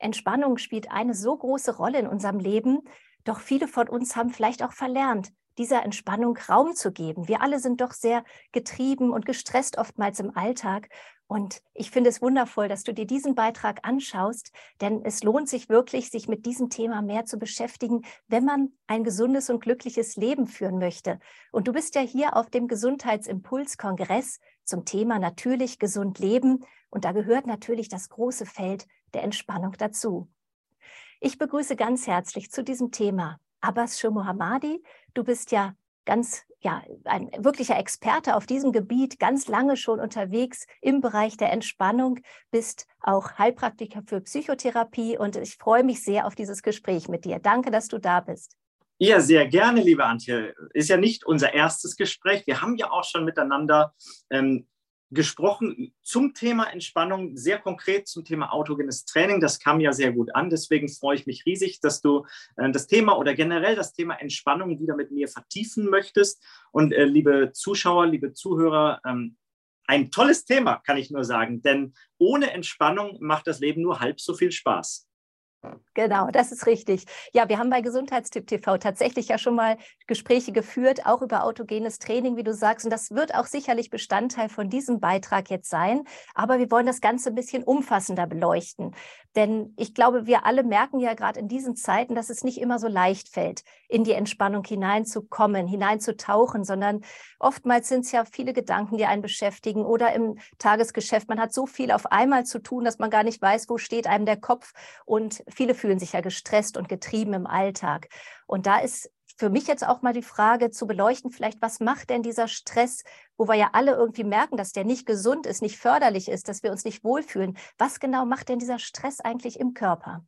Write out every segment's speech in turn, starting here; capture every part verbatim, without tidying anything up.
Entspannung spielt eine so große Rolle in unserem Leben, doch viele von uns haben vielleicht auch verlernt, dieser Entspannung Raum zu geben. Wir alle sind doch sehr getrieben und gestresst oftmals im Alltag. Und ich finde es wundervoll, dass du dir diesen Beitrag anschaust, denn es lohnt sich wirklich, sich mit diesem Thema mehr zu beschäftigen, wenn man ein gesundes und glückliches Leben führen möchte. Und du bist ja hier auf dem Gesundheitsimpuls-Kongress zum Thema natürlich gesund leben. Und da gehört natürlich das große Feld der Entspannung dazu. Ich begrüße ganz herzlich zu diesem Thema Abbas Shirmohammadi. Du bist ja ganz, ja, ein wirklicher Experte auf diesem Gebiet, ganz lange schon unterwegs im Bereich der Entspannung, bist auch Heilpraktiker für Psychotherapie und ich freue mich sehr auf dieses Gespräch mit dir. Danke, dass du da bist. Ja, sehr gerne, liebe Antje. Ist ja nicht unser erstes Gespräch. Wir haben ja auch schon miteinander ähm, gesprochen zum Thema Entspannung, sehr konkret zum Thema autogenes Training. Das kam ja sehr gut an. Deswegen freue ich mich riesig, dass du äh, das Thema oder generell das Thema Entspannung wieder mit mir vertiefen möchtest. Und äh, liebe Zuschauer, liebe Zuhörer, ähm, ein tolles Thema, kann ich nur sagen. Denn ohne Entspannung macht das Leben nur halb so viel Spaß. Genau, das ist richtig. Ja, wir haben bei Gesundheitstipp T V tatsächlich ja schon mal Gespräche geführt, auch über autogenes Training, wie du sagst. Und das wird auch sicherlich Bestandteil von diesem Beitrag jetzt sein. Aber wir wollen das Ganze ein bisschen umfassender beleuchten. Denn ich glaube, wir alle merken ja gerade in diesen Zeiten, dass es nicht immer so leicht fällt, in die Entspannung hineinzukommen, hineinzutauchen, sondern oftmals sind es ja viele Gedanken, die einen beschäftigen oder im Tagesgeschäft. Man hat so viel auf einmal zu tun, dass man gar nicht weiß, wo steht einem der Kopf. Und viele fühlen sich ja gestresst und getrieben im Alltag. Und da ist für mich jetzt auch mal die Frage zu beleuchten, vielleicht, was macht denn dieser Stress, wo wir ja alle irgendwie merken, dass der nicht gesund ist, nicht förderlich ist, dass wir uns nicht wohlfühlen. Was genau macht denn dieser Stress eigentlich im Körper?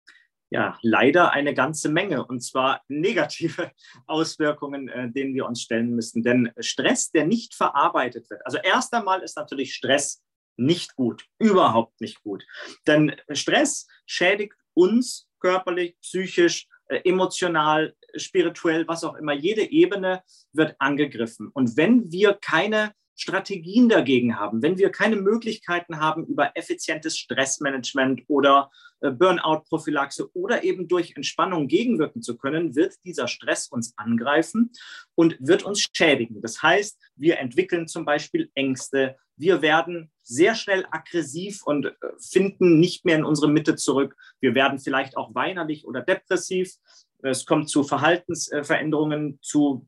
Ja, leider eine ganze Menge, und zwar negative Auswirkungen, äh, denen wir uns stellen müssen. Denn Stress, der nicht verarbeitet wird, also erst einmal ist natürlich Stress nicht gut, überhaupt nicht gut. Denn Stress schädigt uns körperlich, psychisch, emotional, spirituell, was auch immer. Jede Ebene wird angegriffen. Und wenn wir keine Strategien dagegen haben, wenn wir keine Möglichkeiten haben, über effizientes Stressmanagement oder Burnout-Prophylaxe oder eben durch Entspannung gegenwirken zu können, wird dieser Stress uns angreifen und wird uns schädigen. Das heißt, wir entwickeln zum Beispiel Ängste, wir werden sehr schnell aggressiv und finden nicht mehr in unsere Mitte zurück. Wir werden vielleicht auch weinerlich oder depressiv. Es kommt zu Verhaltensveränderungen, zu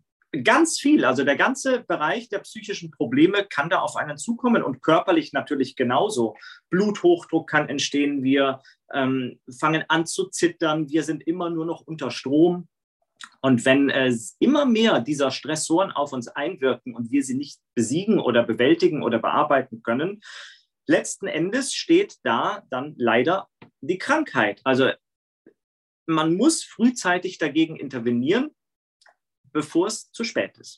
ganz viel. Also der ganze Bereich der psychischen Probleme kann da auf einen zukommen und körperlich natürlich genauso. Bluthochdruck kann entstehen, wir ähm, fangen an zu zittern, wir sind immer nur noch unter Strom. Und wenn äh, immer mehr dieser Stressoren auf uns einwirken und wir sie nicht besiegen oder bewältigen oder bearbeiten können, letzten Endes steht da dann leider die Krankheit. Also man muss frühzeitig dagegen intervenieren, bevor es zu spät ist.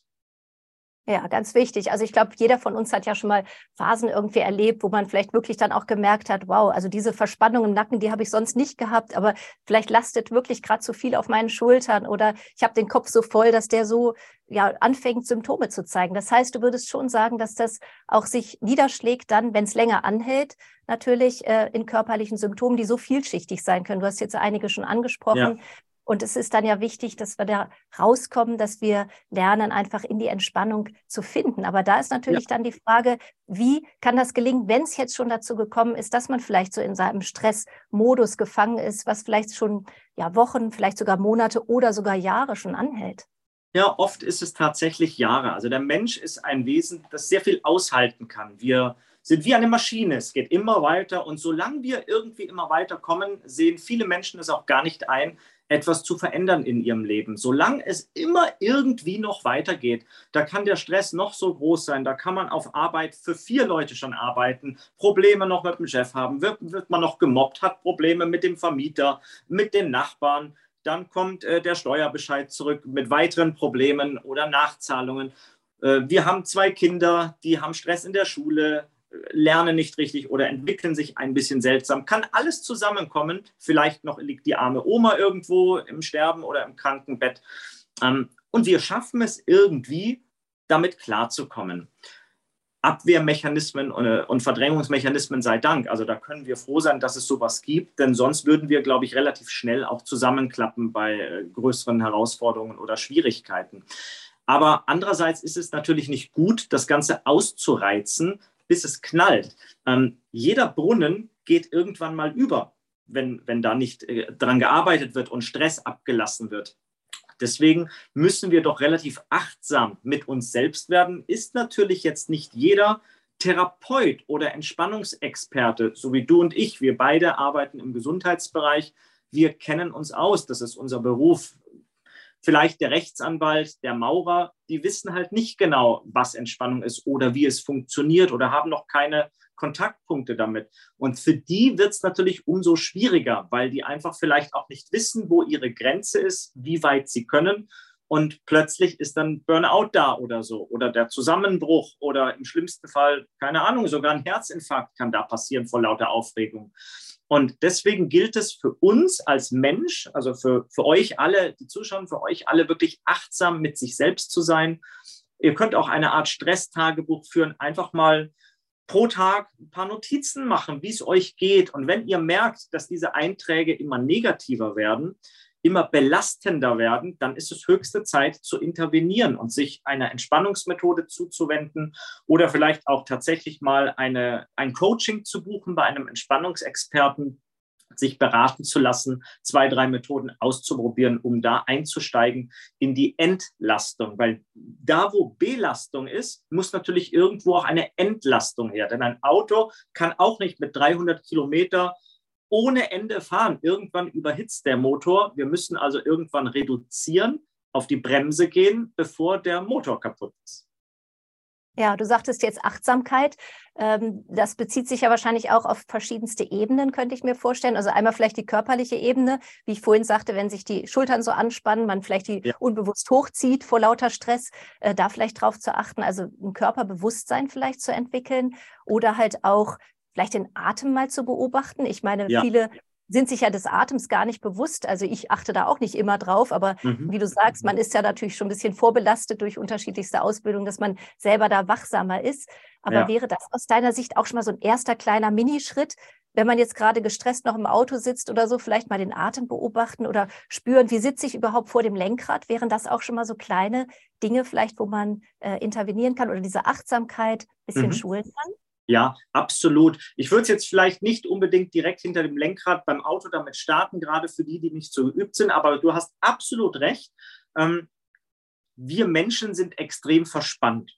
Ja, ganz wichtig. Also ich glaube, jeder von uns hat ja schon mal Phasen irgendwie erlebt, wo man vielleicht wirklich dann auch gemerkt hat, wow, also diese Verspannung im Nacken, die habe ich sonst nicht gehabt, aber vielleicht lastet wirklich gerade zu viel auf meinen Schultern oder ich habe den Kopf so voll, dass der so ja anfängt, Symptome zu zeigen. Das heißt, du würdest schon sagen, dass das auch sich niederschlägt dann, wenn es länger anhält, natürlich äh, in körperlichen Symptomen, die so vielschichtig sein können. Du hast jetzt einige schon angesprochen. Ja. Und es ist dann ja wichtig, dass wir da rauskommen, dass wir lernen, einfach in die Entspannung zu finden. Aber da ist natürlich ja. dann die Frage, wie kann das gelingen, wenn es jetzt schon dazu gekommen ist, dass man vielleicht so in seinem Stressmodus gefangen ist, was vielleicht schon ja, Wochen, vielleicht sogar Monate oder sogar Jahre schon anhält? Ja, oft ist es tatsächlich Jahre. Also der Mensch ist ein Wesen, das sehr viel aushalten kann. Wir sind wie eine Maschine. Es geht immer weiter. Und solange wir irgendwie immer weiterkommen, sehen viele Menschen es auch gar nicht ein, etwas zu verändern in ihrem Leben. Solange es immer irgendwie noch weitergeht, da kann der Stress noch so groß sein, da kann man auf Arbeit für vier Leute schon arbeiten, Probleme noch mit dem Chef haben, wird, wird man noch gemobbt, hat Probleme mit dem Vermieter, mit den Nachbarn, dann kommt äh, der Steuerbescheid zurück mit weiteren Problemen oder Nachzahlungen. Äh, wir haben zwei Kinder, die haben Stress in der Schule, lernen nicht richtig oder entwickeln sich ein bisschen seltsam. Kann alles zusammenkommen. Vielleicht noch liegt die arme Oma irgendwo im Sterben oder im Krankenbett. Und wir schaffen es irgendwie, damit klarzukommen. Abwehrmechanismen und Verdrängungsmechanismen sei Dank. Also da können wir froh sein, dass es sowas gibt, denn sonst würden wir, glaube ich, relativ schnell auch zusammenklappen bei größeren Herausforderungen oder Schwierigkeiten. Aber andererseits ist es natürlich nicht gut, das Ganze auszureizen, bis es knallt. Ähm, jeder Brunnen geht irgendwann mal über, wenn, wenn da nicht äh, dran gearbeitet wird und Stress abgelassen wird. Deswegen müssen wir doch relativ achtsam mit uns selbst werden. Ist natürlich jetzt nicht jeder Therapeut oder Entspannungsexperte, so wie du und ich. Wir beide arbeiten im Gesundheitsbereich. Wir kennen uns aus. Das ist unser Beruf. Vielleicht der Rechtsanwalt, der Maurer, die wissen halt nicht genau, was Entspannung ist oder wie es funktioniert oder haben noch keine Kontaktpunkte damit. Und für die wird es natürlich umso schwieriger, weil die einfach vielleicht auch nicht wissen, wo ihre Grenze ist, wie weit sie können. Und plötzlich ist dann Burnout da oder so oder der Zusammenbruch oder im schlimmsten Fall, keine Ahnung, sogar ein Herzinfarkt kann da passieren vor lauter Aufregung. Und deswegen gilt es für uns als Mensch, also für, für euch alle, die zuschauen, für euch alle wirklich achtsam mit sich selbst zu sein. Ihr könnt auch eine Art Stresstagebuch führen, einfach mal pro Tag ein paar Notizen machen, wie es euch geht. Und wenn ihr merkt, dass diese Einträge immer negativer werden, immer belastender werden, dann ist es höchste Zeit zu intervenieren und sich einer Entspannungsmethode zuzuwenden oder vielleicht auch tatsächlich mal eine, ein Coaching zu buchen bei einem Entspannungsexperten, sich beraten zu lassen, zwei, drei Methoden auszuprobieren, um da einzusteigen in die Entlastung. Weil da, wo Belastung ist, muss natürlich irgendwo auch eine Entlastung her. Denn ein Auto kann auch nicht mit dreihundert Kilometer ohne Ende fahren. Irgendwann überhitzt der Motor. Wir müssen also irgendwann reduzieren, auf die Bremse gehen, bevor der Motor kaputt ist. Ja, du sagtest jetzt Achtsamkeit. Das bezieht sich ja wahrscheinlich auch auf verschiedenste Ebenen, könnte ich mir vorstellen. Also einmal vielleicht die körperliche Ebene, wie ich vorhin sagte, wenn sich die Schultern so anspannen, man vielleicht die ja. unbewusst hochzieht vor lauter Stress, da vielleicht drauf zu achten, also ein Körperbewusstsein vielleicht zu entwickeln oder halt auch vielleicht den Atem mal zu beobachten. Ich meine, ja. viele sind sich ja des Atems gar nicht bewusst. Also ich achte da auch nicht immer drauf, aber mhm. wie du sagst, man ist ja natürlich schon ein bisschen vorbelastet durch unterschiedlichste Ausbildung, dass man selber da wachsamer ist. Aber ja. wäre das aus deiner Sicht auch schon mal so ein erster kleiner Minischritt, wenn man jetzt gerade gestresst noch im Auto sitzt oder so, vielleicht mal den Atem beobachten oder spüren, wie sitze ich überhaupt vor dem Lenkrad? Wären das auch schon mal so kleine Dinge vielleicht, wo man äh, intervenieren kann oder diese Achtsamkeit ein bisschen mhm. schulen kann? Ja, absolut. Ich würde es jetzt vielleicht nicht unbedingt direkt hinter dem Lenkrad beim Auto damit starten, gerade für die, die nicht so geübt sind, aber du hast absolut recht. Ähm, wir Menschen sind extrem verspannt.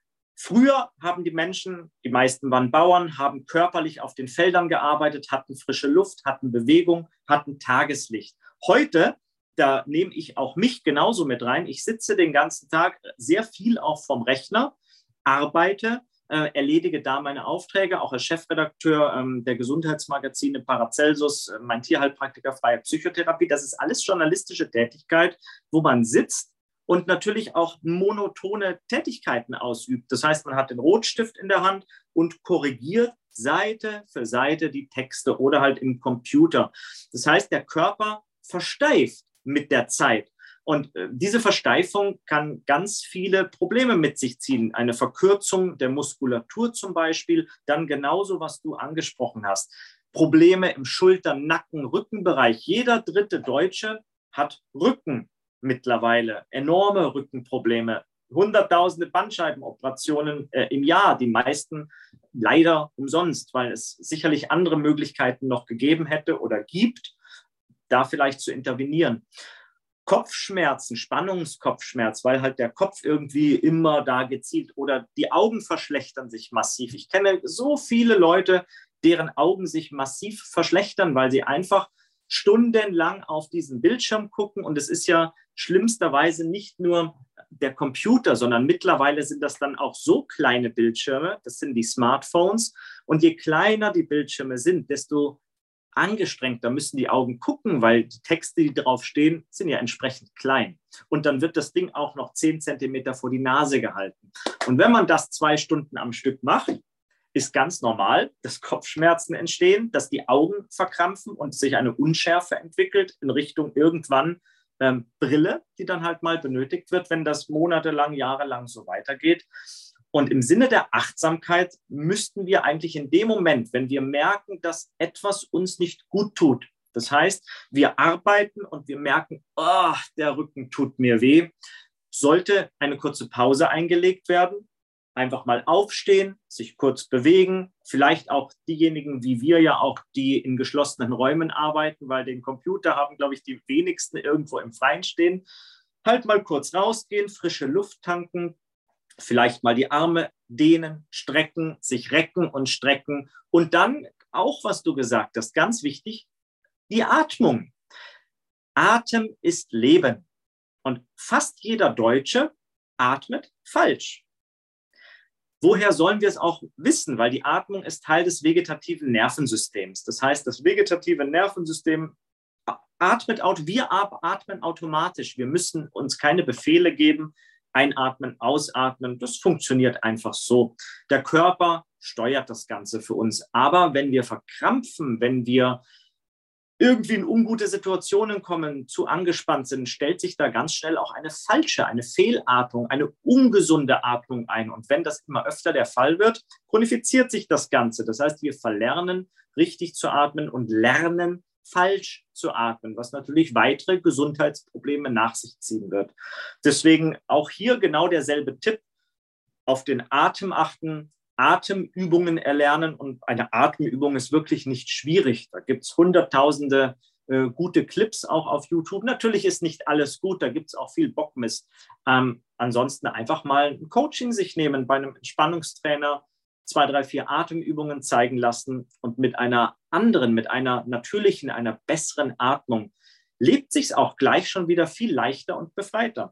Früher haben die Menschen, die meisten waren Bauern, haben körperlich auf den Feldern gearbeitet, hatten frische Luft, hatten Bewegung, hatten Tageslicht. Heute, da nehme ich auch mich genauso mit rein, ich sitze den ganzen Tag sehr viel auch vom Rechner, arbeite, Äh, erledige da meine Aufträge, auch als Chefredakteur ähm, der Gesundheitsmagazine Paracelsus, äh, mein Tierheilpraktiker, freie Psychotherapie. Das ist alles journalistische Tätigkeit, wo man sitzt und natürlich auch monotone Tätigkeiten ausübt. Das heißt, man hat den Rotstift in der Hand und korrigiert Seite für Seite die Texte oder halt im Computer. Das heißt, der Körper versteift mit der Zeit. Und diese Versteifung kann ganz viele Probleme mit sich ziehen. Eine Verkürzung der Muskulatur zum Beispiel, dann genauso, was du angesprochen hast. Probleme im Schulter-, Nacken-, Rückenbereich. Jeder dritte Deutsche hat Rücken mittlerweile, enorme Rückenprobleme. Hunderttausende Bandscheibenoperationen äh, im Jahr, die meisten leider umsonst, weil es sicherlich andere Möglichkeiten noch gegeben hätte oder gibt, da vielleicht zu intervenieren. Kopfschmerzen, Spannungskopfschmerz, weil halt der Kopf irgendwie immer da gezielt oder die Augen verschlechtern sich massiv. Ich kenne so viele Leute, deren Augen sich massiv verschlechtern, weil sie einfach stundenlang auf diesen Bildschirm gucken und es ist ja schlimmsterweise nicht nur der Computer, sondern mittlerweile sind das dann auch so kleine Bildschirme, das sind die Smartphones und je kleiner die Bildschirme sind, desto angestrengter müssen die Augen gucken, weil die Texte, die drauf stehen, sind ja entsprechend klein. Und dann wird das Ding auch noch zehn Zentimeter vor die Nase gehalten. Und wenn man das zwei Stunden am Stück macht, ist ganz normal, dass Kopfschmerzen entstehen, dass die Augen verkrampfen und sich eine Unschärfe entwickelt in Richtung irgendwann ähm, Brille, die dann halt mal benötigt wird, wenn das monatelang, jahrelang so weitergeht. Und im Sinne der Achtsamkeit müssten wir eigentlich in dem Moment, wenn wir merken, dass etwas uns nicht gut tut, das heißt, wir arbeiten und wir merken, oh, der Rücken tut mir weh, sollte eine kurze Pause eingelegt werden, einfach mal aufstehen, sich kurz bewegen, vielleicht auch diejenigen wie wir ja auch, die in geschlossenen Räumen arbeiten, weil den Computer haben, glaube ich, die wenigsten irgendwo im Freien stehen, halt mal kurz rausgehen, frische Luft tanken, vielleicht mal die Arme dehnen, strecken, sich recken und strecken und dann auch, was du gesagt hast, ganz wichtig, die Atmung. Atem ist Leben und fast jeder Deutsche atmet falsch. Woher sollen wir es auch wissen? Weil die Atmung ist Teil des vegetativen Nervensystems. Das heißt, das vegetative Nervensystem atmet, wir atmen automatisch. Wir müssen uns keine Befehle geben, einatmen, ausatmen. Das funktioniert einfach so. Der Körper steuert das Ganze für uns. Aber wenn wir verkrampfen, wenn wir irgendwie in ungute Situationen kommen, zu angespannt sind, stellt sich da ganz schnell auch eine falsche, eine Fehlatmung, eine ungesunde Atmung ein. Und wenn das immer öfter der Fall wird, chronifiziert sich das Ganze. Das heißt, wir verlernen, richtig zu atmen und lernen, falsch zu atmen, was natürlich weitere Gesundheitsprobleme nach sich ziehen wird. Deswegen auch hier genau derselbe Tipp, auf den Atem achten, Atemübungen erlernen und eine Atemübung ist wirklich nicht schwierig. Da gibt es hunderttausende äh, gute Clips auch auf YouTube. Natürlich ist nicht alles gut, da gibt es auch viel Bockmist. Ähm, ansonsten einfach mal ein Coaching sich nehmen bei einem Entspannungstrainer, zwei, drei, vier Atemübungen zeigen lassen und mit einer anderen, mit einer natürlichen, einer besseren Atmung lebt sich's auch gleich schon wieder viel leichter und befreiter.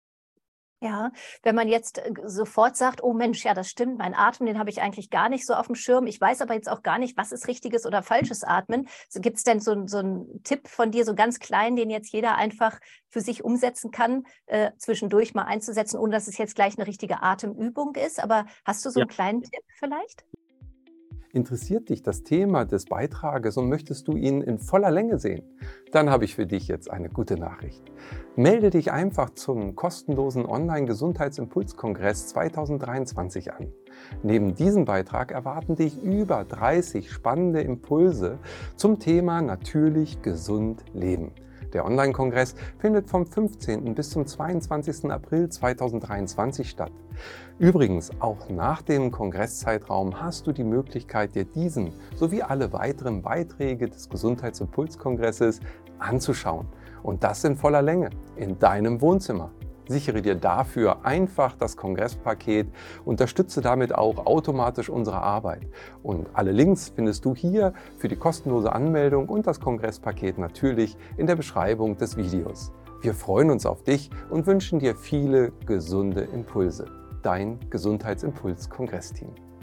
Ja, wenn man jetzt sofort sagt, oh Mensch, ja, das stimmt, mein Atem, den habe ich eigentlich gar nicht so auf dem Schirm. Ich weiß aber jetzt auch gar nicht, was ist richtiges oder falsches Atmen. So, gibt es denn so, so einen Tipp von dir, so ganz klein, den jetzt jeder einfach für sich umsetzen kann, äh, zwischendurch mal einzusetzen, ohne dass es jetzt gleich eine richtige Atemübung ist? Aber hast du so einen Ja. kleinen Tipp vielleicht? Interessiert dich das Thema des Beitrages und möchtest du ihn in voller Länge sehen? Dann habe ich für dich jetzt eine gute Nachricht. Melde dich einfach zum kostenlosen Online-Gesundheitsimpulskongress zweitausenddreiundzwanzig an. Neben diesem Beitrag erwarten dich über dreißig spannende Impulse zum Thema natürlich gesund leben. Der Online-Kongress findet vom fünfzehnten bis zum zweiundzwanzigsten April zweitausenddreiundzwanzig statt. Übrigens, auch nach dem Kongresszeitraum hast du die Möglichkeit, dir diesen sowie alle weiteren Beiträge des Gesundheitsimpulskongresses anzuschauen. Und das in voller Länge, in deinem Wohnzimmer. Sichere dir dafür einfach das Kongresspaket, unterstütze damit auch automatisch unsere Arbeit. Und alle Links findest du hier für die kostenlose Anmeldung und das Kongresspaket natürlich in der Beschreibung des Videos. Wir freuen uns auf dich und wünschen dir viele gesunde Impulse. Dein Gesundheitsimpuls-Kongressteam.